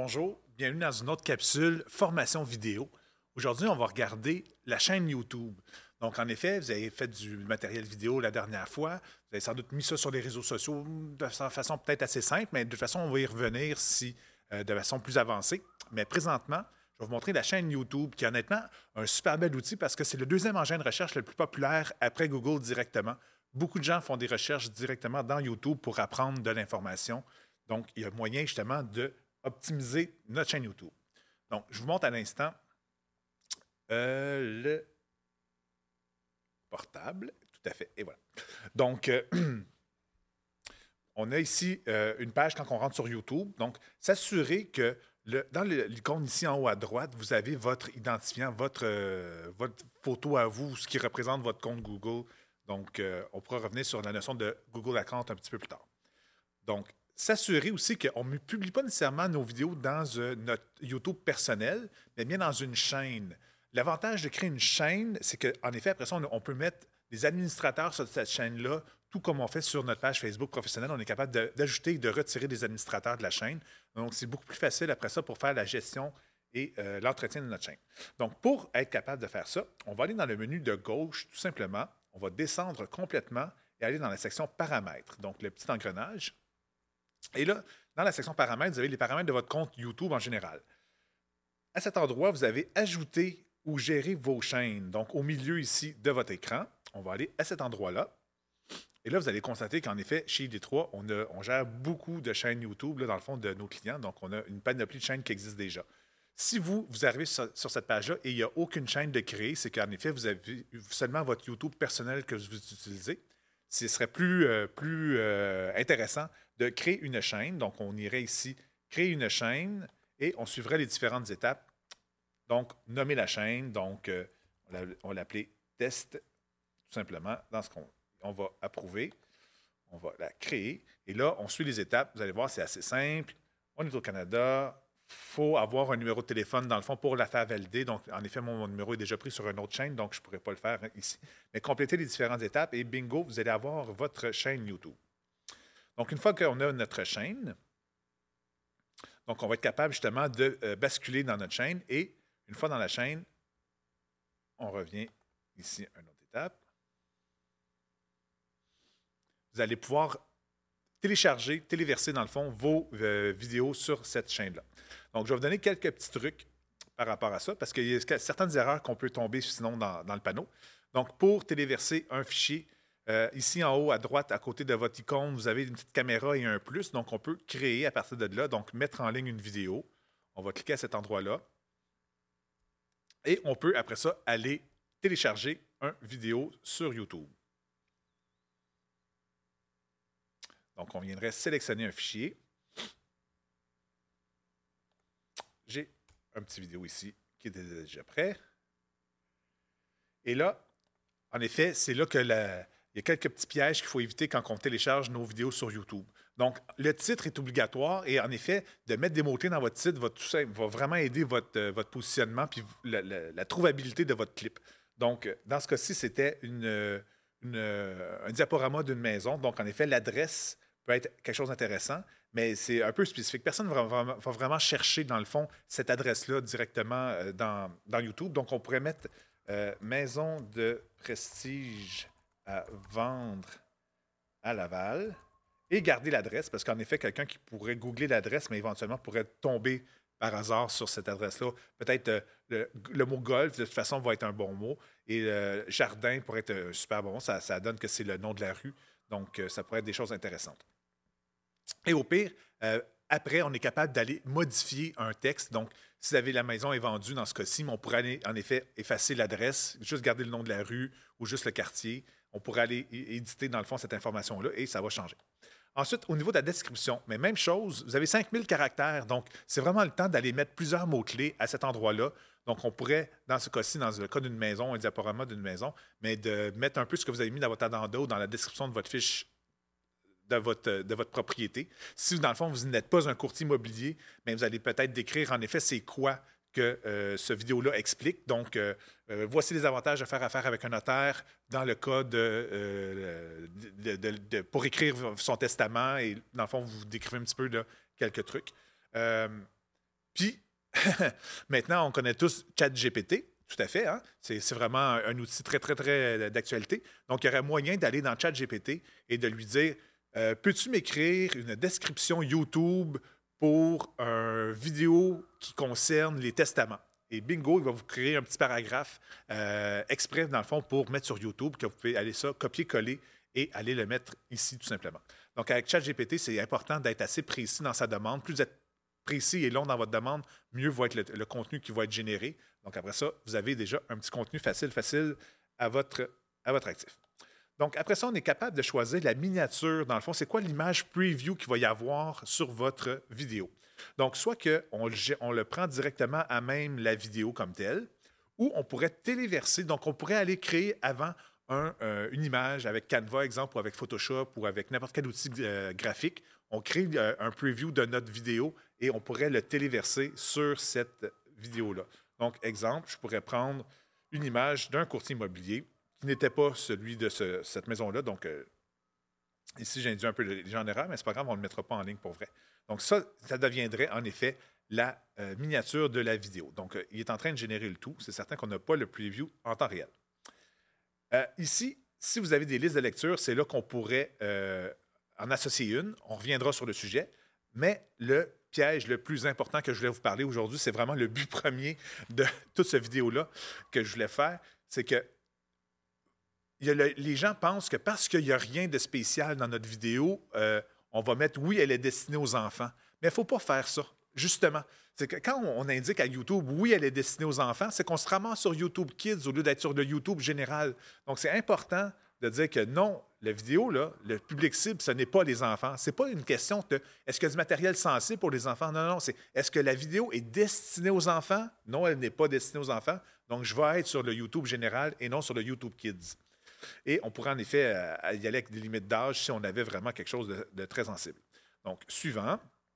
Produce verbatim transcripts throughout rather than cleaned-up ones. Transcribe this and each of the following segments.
Bonjour, bienvenue dans une autre capsule formation vidéo. Aujourd'hui, on va regarder la chaîne YouTube. Donc, en effet, vous avez fait du matériel vidéo la dernière fois. Vous avez sans doute mis ça sur les réseaux sociaux de façon peut-être assez simple, mais de toute façon, on va y revenir si, euh, de façon plus avancée. Mais présentement, je vais vous montrer la chaîne YouTube, qui est honnêtement un super bel outil parce que c'est le deuxième engin de recherche le plus populaire après Google directement. Beaucoup de gens font des recherches directement dans YouTube pour apprendre de l'information. Donc, il y a moyen justement de optimiser notre chaîne YouTube. Donc, je vous montre à l'instant euh, le portable. Tout à fait. Et voilà. Donc, euh, on a ici euh, une page quand on rentre sur YouTube. Donc, s'assurer que le, dans l'icône ici en haut à droite, vous avez votre identifiant, votre, euh, votre photo à vous, ce qui représente votre compte Google. Donc, euh, on pourra revenir sur la notion de Google Account un petit peu plus tard. Donc, s'assurer aussi qu'on ne publie pas nécessairement nos vidéos dans euh, notre YouTube personnel, mais bien dans une chaîne. L'avantage de créer une chaîne, c'est qu'en effet, après ça, on, on peut mettre des administrateurs sur cette chaîne-là, tout comme on fait sur notre page Facebook professionnelle. On est capable d'ajouter et de retirer des administrateurs de la chaîne. Donc, c'est beaucoup plus facile après ça pour faire la gestion et euh, l'entretien de notre chaîne. Donc, pour être capable de faire ça, on va aller dans le menu de gauche, tout simplement. On va descendre complètement et aller dans la section paramètres. Donc, le petit engrenage. Et là, dans la section paramètres, vous avez les paramètres de votre compte YouTube en général. À cet endroit, vous avez ajouté ou géré vos chaînes. Donc, au milieu ici de votre écran, on va aller à cet endroit-là. Et là, vous allez constater qu'en effet, chez I D trois, on, a, on gère beaucoup de chaînes YouTube, là, dans le fond, de nos clients. Donc, on a une panoplie de chaînes qui existent déjà. Si vous, vous arrivez sur, sur cette page-là et il n'y a aucune chaîne de créer, c'est qu'en effet, vous avez seulement votre YouTube personnel que vous utilisez. Ce serait plus, euh, plus euh, intéressant de créer une chaîne. Donc, on irait ici, créer une chaîne et on suivrait les différentes étapes. Donc, nommer la chaîne. Donc, euh, on va l'appeler test, tout simplement, dans ce qu'on on va approuver. On va la créer. Et là, on suit les étapes. Vous allez voir, c'est assez simple. On est au Canada. Il faut avoir un numéro de téléphone, dans le fond, pour la faire valider. Donc, en effet, mon, mon numéro est déjà pris sur une autre chaîne, donc je ne pourrais pas le faire ici. Mais complétez les différentes étapes et bingo, vous allez avoir votre chaîne YouTube. Donc, une fois qu'on a notre chaîne, donc on va être capable justement de euh, basculer dans notre chaîne. Et une fois dans la chaîne, on revient ici à une autre étape. Vous allez pouvoir télécharger, téléverser, dans le fond, vos euh, vidéos sur cette chaîne-là. Donc, je vais vous donner quelques petits trucs par rapport à ça, parce qu'il y a certaines erreurs qu'on peut tomber sinon dans, dans le panneau. Donc, pour téléverser un fichier, euh, ici en haut à droite, à côté de votre icône, vous avez une petite caméra et un plus. Donc, on peut créer à partir de là, donc mettre en ligne une vidéo. On va cliquer à cet endroit-là. Et on peut, après ça, aller télécharger une vidéo sur YouTube. Donc, on viendrait sélectionner un fichier. J'ai un petit vidéo ici qui est déjà prêt. Et là, en effet, c'est là que la, il y a quelques petits pièges qu'il faut éviter quand on télécharge nos vidéos sur YouTube. Donc, le titre est obligatoire et en effet, de mettre des mots-clés dans votre titre va, tout simple, va vraiment aider votre, euh, votre positionnement puis la, la, la trouvabilité de votre clip. Donc, dans ce cas-ci, c'était une, une, un diaporama d'une maison. Donc, en effet, l'adresse peut être quelque chose d'intéressant, mais c'est un peu spécifique. Personne ne va, va, va vraiment chercher, dans le fond, cette adresse-là directement dans, dans YouTube. Donc, on pourrait mettre euh, maison de prestige à vendre à Laval et garder l'adresse, parce qu'en effet, quelqu'un qui pourrait googler l'adresse, mais éventuellement pourrait tomber par hasard sur cette adresse-là. Peut-être euh, le, le mot golf, de toute façon, va être un bon mot, et euh, jardin pourrait être un super bon mot. Ça, ça donne que c'est le nom de la rue. Donc, euh, ça pourrait être des choses intéressantes. Et au pire, euh, après, on est capable d'aller modifier un texte. Donc, si vous avez la maison est vendue dans ce cas-ci, on pourrait aller, en effet, effacer l'adresse, juste garder le nom de la rue ou juste le quartier. On pourrait aller éditer, dans le fond, cette information-là et ça va changer. Ensuite, au niveau de la description, mais même chose, vous avez cinq mille caractères. Donc, c'est vraiment le temps d'aller mettre plusieurs mots-clés à cet endroit-là. Donc, on pourrait, dans ce cas-ci, dans le cas d'une maison, un diaporama d'une maison, mais de mettre un peu ce que vous avez mis dans votre addenda ou dans la description de votre fiche de votre, de votre propriété. Si, dans le fond, vous n'êtes pas un courtier immobilier, mais vous allez peut-être décrire, en effet, c'est quoi que euh, ce vidéo-là explique. Donc, euh, euh, voici les avantages de faire affaire avec un notaire dans le cas de, euh, de, de, de pour écrire son testament. Et, dans le fond, vous décrivez un petit peu là, quelques trucs. Euh, Puis, maintenant, on connaît tous ChatGPT. Tout à fait. Hein? C'est, c'est vraiment un, un outil très, très, très d'actualité. Donc, il y aurait moyen d'aller dans ChatGPT et de lui dire euh, peux-tu m'écrire une description YouTube pour une vidéo qui concerne les testaments? Et bingo, il va vous créer un petit paragraphe euh, exprès, dans le fond, pour mettre sur YouTube, que vous pouvez aller ça, copier-coller et aller le mettre ici, tout simplement. Donc, avec ChatGPT, c'est important d'être assez précis dans sa demande. Plus vous êtes précis et long dans votre demande, mieux va être le, le contenu qui va être généré. Donc, après ça, vous avez déjà un petit contenu facile, facile à votre, à votre actif. Donc, après ça, on est capable de choisir la miniature. Dans le fond, c'est quoi l'image preview qu'il va y avoir sur votre vidéo? Donc, soit qu'on le, on le prend directement à même la vidéo comme telle, ou on pourrait téléverser. Donc, on pourrait aller créer avant un, euh, une image avec Canva, exemple, ou avec Photoshop, ou avec n'importe quel outil euh, graphique. On crée euh, un preview de notre vidéo et on pourrait le téléverser sur cette vidéo-là. Donc, exemple, je pourrais prendre une image d'un courtier immobilier qui n'était pas celui de ce, cette maison-là. Donc, euh, ici, j'ai induit un peu les gens en erreur, mais c'est pas grave, on ne le mettra pas en ligne pour vrai. Donc, ça, ça deviendrait en effet la euh, miniature de la vidéo. Donc, euh, il est en train de générer le tout. C'est certain qu'on n'a pas le preview en temps réel. Euh, ici, si vous avez des listes de lecture, c'est là qu'on pourrait euh, en associer une. On reviendra sur le sujet. Mais le piège le plus important que je voulais vous parler aujourd'hui, c'est vraiment le but premier de toute cette vidéo-là que je voulais faire, c'est que il y a le, les gens pensent que parce qu'il n'y a rien de spécial dans notre vidéo, euh, on va mettre « oui, elle est destinée aux enfants ». Mais il ne faut pas faire ça, justement. C'est que quand on indique à YouTube « oui, elle est destinée aux enfants », c'est qu'on se ramasse sur YouTube Kids au lieu d'être sur le YouTube général. Donc, c'est important de dire que non, la vidéo, là, le public cible, ce n'est pas les enfants. Ce n'est pas une question de est-ce qu'il y a du matériel sensible pour les enfants? Non, non, c'est est-ce que la vidéo est destinée aux enfants? Non, elle n'est pas destinée aux enfants. Donc, je vais être sur le YouTube général et non sur le YouTube Kids. Et on pourrait en effet euh, y aller avec des limites d'âge si on avait vraiment quelque chose de, de très sensible. Donc, suivant.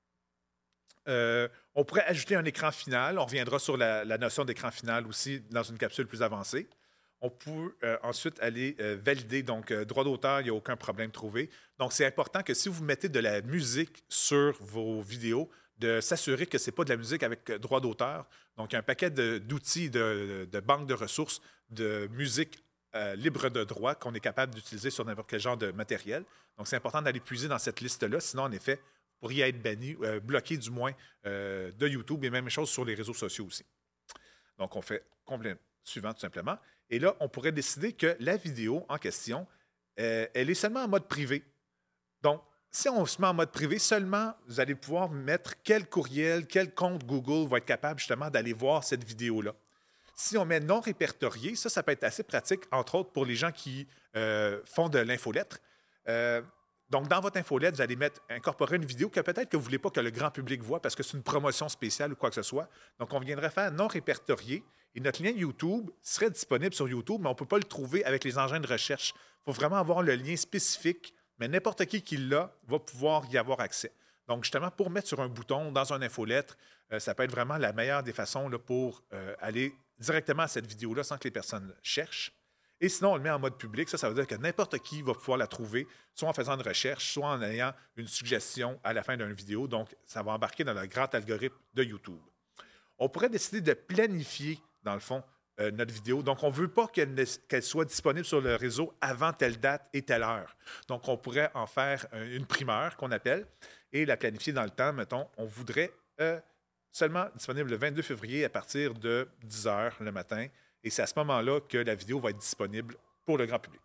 Euh, on pourrait ajouter un écran final. On reviendra sur la, la notion d'écran final aussi dans une capsule plus avancée. On peut euh, ensuite aller euh, valider. Donc, euh, droit d'auteur, il n'y a aucun problème trouvé. Donc, c'est important que si vous mettez de la musique sur vos vidéos, de s'assurer que ce n'est pas de la musique avec euh, droit d'auteur. Donc, il y a un paquet de, d'outils, de, de banques de ressources, de musique Euh, libre de droit qu'on est capable d'utiliser sur n'importe quel genre de matériel. Donc, c'est important d'aller puiser dans cette liste-là. Sinon, en effet, vous pourriez être banni, euh, bloqué du moins euh, de YouTube et même chose sur les réseaux sociaux aussi. Donc, on fait complet suivant tout simplement. Et là, on pourrait décider que la vidéo en question, euh, elle est seulement en mode privé. Donc, si on se met en mode privé, seulement vous allez pouvoir mettre quel courriel, quel compte Google va être capable justement d'aller voir cette vidéo-là. Si on met non répertorié, ça, ça peut être assez pratique, entre autres pour les gens qui euh, font de l'infolettre. Euh, donc, dans votre infolette, vous allez mettre, incorporer une vidéo que peut-être que vous ne voulez pas que le grand public voit parce que c'est une promotion spéciale ou quoi que ce soit. Donc, on viendrait faire non répertorié et notre lien YouTube serait disponible sur YouTube, mais on ne peut pas le trouver avec les engins de recherche. Il faut vraiment avoir le lien spécifique, mais n'importe qui qui l'a va pouvoir y avoir accès. Donc, justement, pour mettre sur un bouton dans un infolettre, euh, ça peut être vraiment la meilleure des façons là, pour euh, aller directement à cette vidéo-là sans que les personnes cherchent. Et sinon, on le met en mode public. Ça, ça veut dire que n'importe qui va pouvoir la trouver, soit en faisant une recherche, soit en ayant une suggestion à la fin d'une vidéo. Donc, ça va embarquer dans le grand algorithme de YouTube. On pourrait décider de planifier, dans le fond, euh, notre vidéo. Donc, on ne veut pas qu'elle, ne, qu'elle soit disponible sur le réseau avant telle date et telle heure. Donc, on pourrait en faire une primeur qu'on appelle et la planifier dans le temps. Mettons, on voudrait euh, seulement disponible le vingt-deux février à partir de dix heures le matin. Et c'est à ce moment-là que la vidéo va être disponible pour le grand public.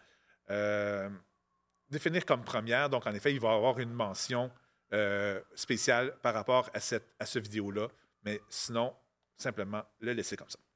Euh, définir comme première, donc en effet, il va y avoir une mention euh, spéciale par rapport à, cette, à ce vidéo-là, mais sinon, simplement le laisser comme ça.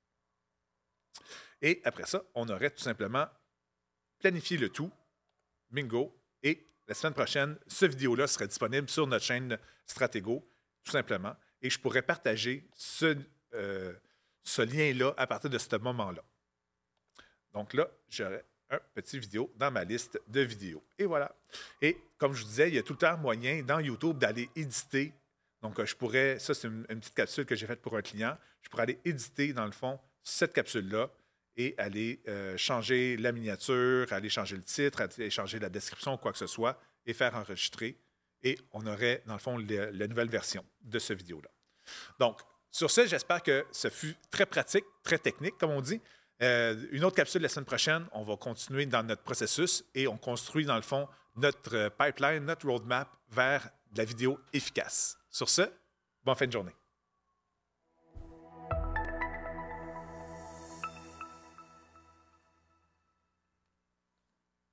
Et après ça, on aurait tout simplement planifié le tout, bingo, et la semaine prochaine, ce vidéo-là serait disponible sur notre chaîne Stratego, tout simplement, et je pourrais partager ce... Euh, ce lien-là à partir de ce moment-là. Donc là, j'aurai un petit vidéo dans ma liste de vidéos. Et voilà. Et comme je vous disais, il y a tout le temps moyen dans YouTube d'aller éditer. Donc, je pourrais, ça c'est une, une petite capsule que j'ai faite pour un client, je pourrais aller éditer dans le fond cette capsule-là et aller euh, changer la miniature, aller changer le titre, aller changer la description ou quoi que ce soit et faire enregistrer. Et on aurait, dans le fond, le, la nouvelle version de ce vidéo-là. Donc, sur ce, j'espère que ce fut très pratique, très technique, comme on dit. Euh, une autre capsule la semaine prochaine, on va continuer dans notre processus et on construit, dans le fond, notre pipeline, notre roadmap vers de la vidéo efficace. Sur ce, bonne fin de journée.